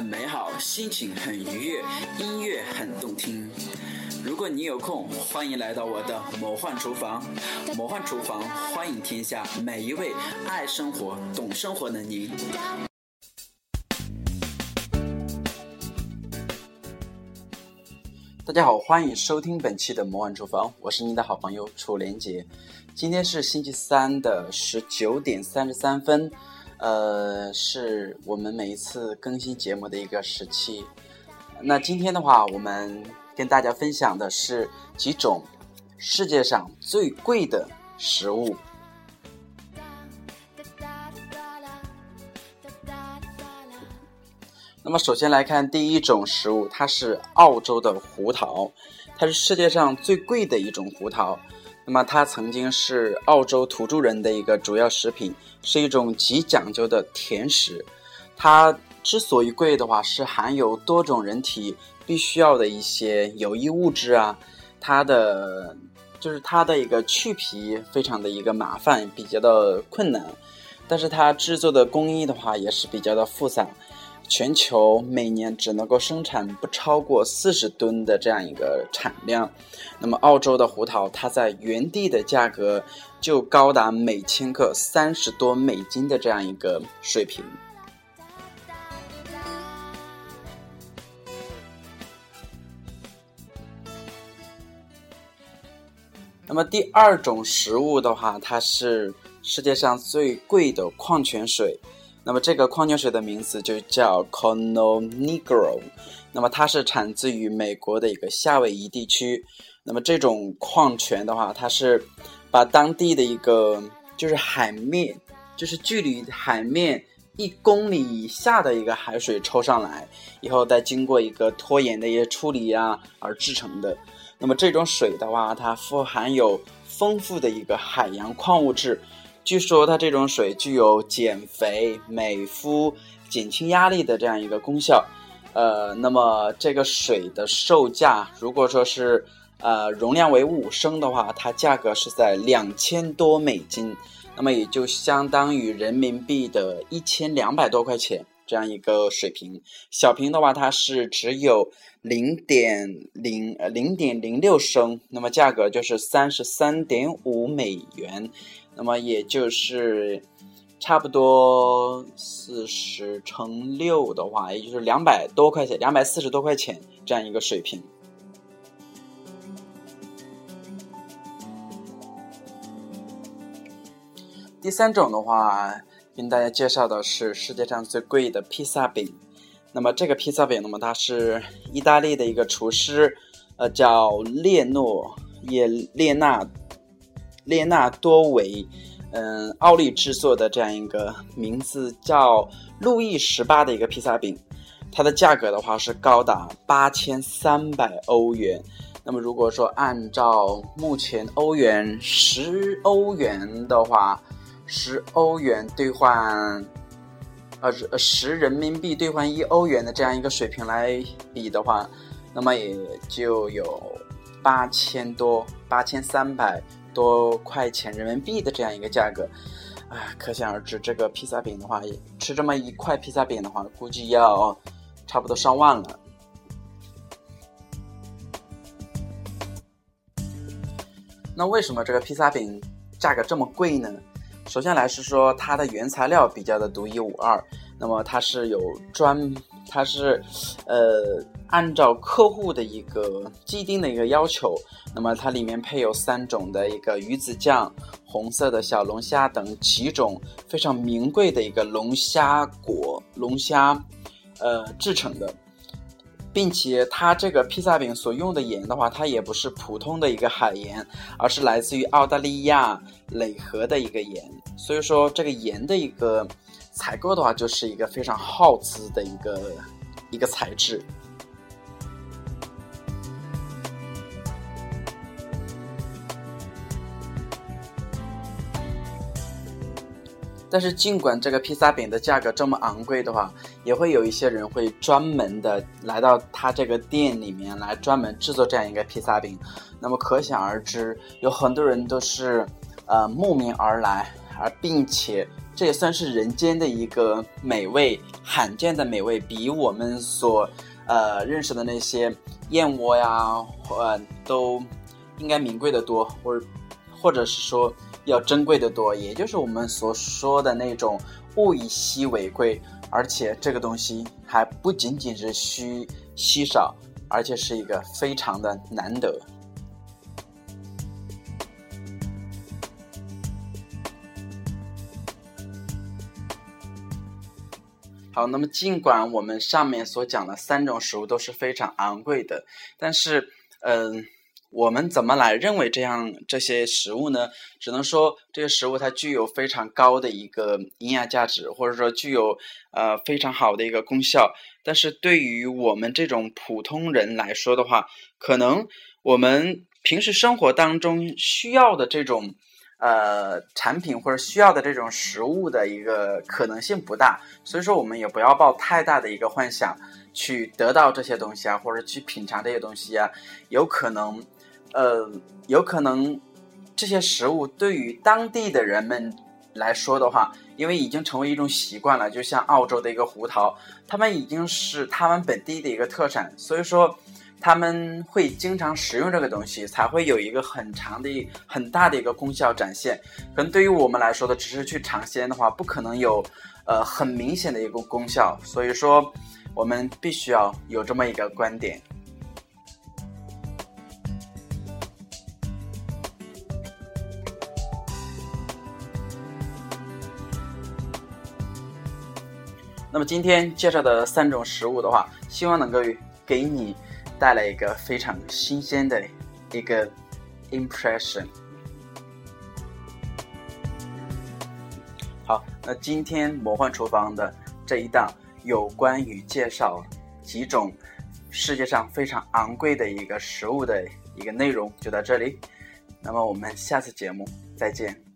美好，心情很愉悦，音乐很动听。如果你有空，欢迎来到我的魔幻厨房。魔幻厨房欢迎天下每一位爱生活、懂生活的您。大家好，欢迎收听本期的魔幻厨房，我是您的好朋友楚连杰。今天是星期三的19点33分，是我们每一次更新节目的一个时期。那今天的话，我们跟大家分享的是几种世界上最贵的食物。那么首先来看第一种食物，它是澳洲的胡桃，它是世界上最贵的一种胡桃。那么它曾经是澳洲土著人的一个主要食品，是一种极讲究的甜食。它之所以贵的话，是含有多种人体必须要的一些有益物质啊，它的一个去皮非常的一个麻烦，比较的困难，但是它制作的工艺的话也是比较的复杂。全球每年只能够生产不超过40吨的这样一个产量。那么澳洲的胡桃，它在原地的价格就高达每千克30多美金的这样一个水平。那么第二种食物的话，它是世界上最贵的矿泉水。那么这个矿泉水的名字就叫 Cono Negro， 那么它是产自于美国的一个夏威夷地区。那么这种矿泉的话，它是把当地的一个就是海面，就是距离海面1公里以下的一个海水抽上来以后，再经过一个脱盐的一些处理啊而制成的。那么这种水的话，它富含有丰富的一个海洋矿物质。据说它这种水具有减肥、美肤、减轻压力的这样一个功效。那么这个水的售价，如果说是容量为5升的话，它价格是在2000多美金，那么也就相当于人民币的1200多块钱这样一个水平。小瓶的话，它是只有0.06升，那么价格就是33.5美元。那么也就是差不多40乘6的话，也就是200多块钱，240多块钱这样一个水平。第三种的话，跟大家介绍的是世界上最贵的披萨饼。那么这个披萨饼，那么它是意大利的一个厨师，叫列纳多维奥利制作的这样一个名字叫路易18的一个披萨饼。它的价格的话是高达8300欧元。那么如果说按照目前欧元10欧元的话，10欧元兑换10人民币兑换1欧元的这样一个水平来比的话，那么也就有8300多块钱人民币的这样一个价格。可想而知，这个披萨饼的话，吃这么一块披萨饼的话，估计要差不多上万了。那为什么这个披萨饼价格这么贵呢？首先来说它的原材料比较的独一无二。那么它是按照客户的一个既定的一个要求，那么它里面配有3种的一个鱼子酱、红色的小龙虾等几种非常名贵的一个龙虾制成的。并且它这个披萨饼所用的盐的话，它也不是普通的一个海盐，而是来自于澳大利亚累河的一个盐。所以说这个盐的一个采购的话，就是一个非常耗资的一个材质。但是尽管这个披萨饼的价格这么昂贵的话，也会有一些人会专门的来到他这个店里面来专门制作这样一个披萨饼。那么可想而知，有很多人都是慕名而来并且这也算是人间的一个美味，罕见的美味，比我们所认识的那些燕窝呀都应该名贵的多，或者是说要珍贵的多，也就是我们所说的那种物以稀为贵，而且这个东西还不仅仅是稀少，而且是一个非常的难得。好，那么尽管我们上面所讲的3种食物都是非常昂贵的，但是我们怎么来认为这些食物呢？只能说这些食物它具有非常高的一个营养价值，或者说具有非常好的一个功效。但是对于我们这种普通人来说的话，可能我们平时生活当中需要的这种产品或者需要的这种食物的一个可能性不大，所以说我们也不要抱太大的一个幻想去得到这些东西啊，或者去品尝这些东西啊。有可能这些食物对于当地的人们来说的话，因为已经成为一种习惯了，就像澳洲的一个胡桃，他们已经是他们本地的一个特产，所以说他们会经常食用这个东西，才会有一个很大的一个功效展现。可能对于我们来说的，只是去尝鲜的话，不可能有很明显的一个功效，所以说我们必须要有这么一个观点。那么今天介绍的3种食物的话，希望能够给你带来一个非常新鲜的一个 impression。 好，那今天魔幻厨房的这一档有关于介绍几种世界上非常昂贵的一个食物的一个内容就到这里，那么我们下次节目再见。